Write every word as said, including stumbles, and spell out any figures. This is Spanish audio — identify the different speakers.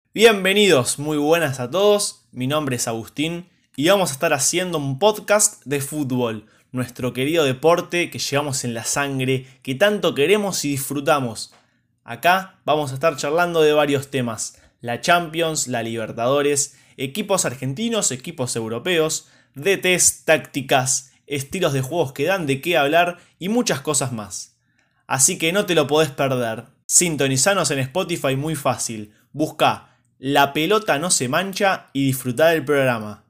Speaker 1: Bienvenidos, muy buenas a todos, mi nombre es Agustín y vamos a estar haciendo un podcast de fútbol, nuestro querido deporte que llevamos en la sangre, que tanto queremos y disfrutamos. Acá vamos a estar charlando de varios temas, la Champions, la Libertadores, equipos argentinos, equipos europeos, D Ts, tácticas, estilos de juegos que dan de qué hablar y muchas cosas más. Así que no te lo podés perder. Sintonizanos en Spotify muy fácil. Busca La pelota no se mancha y disfrutá del programa.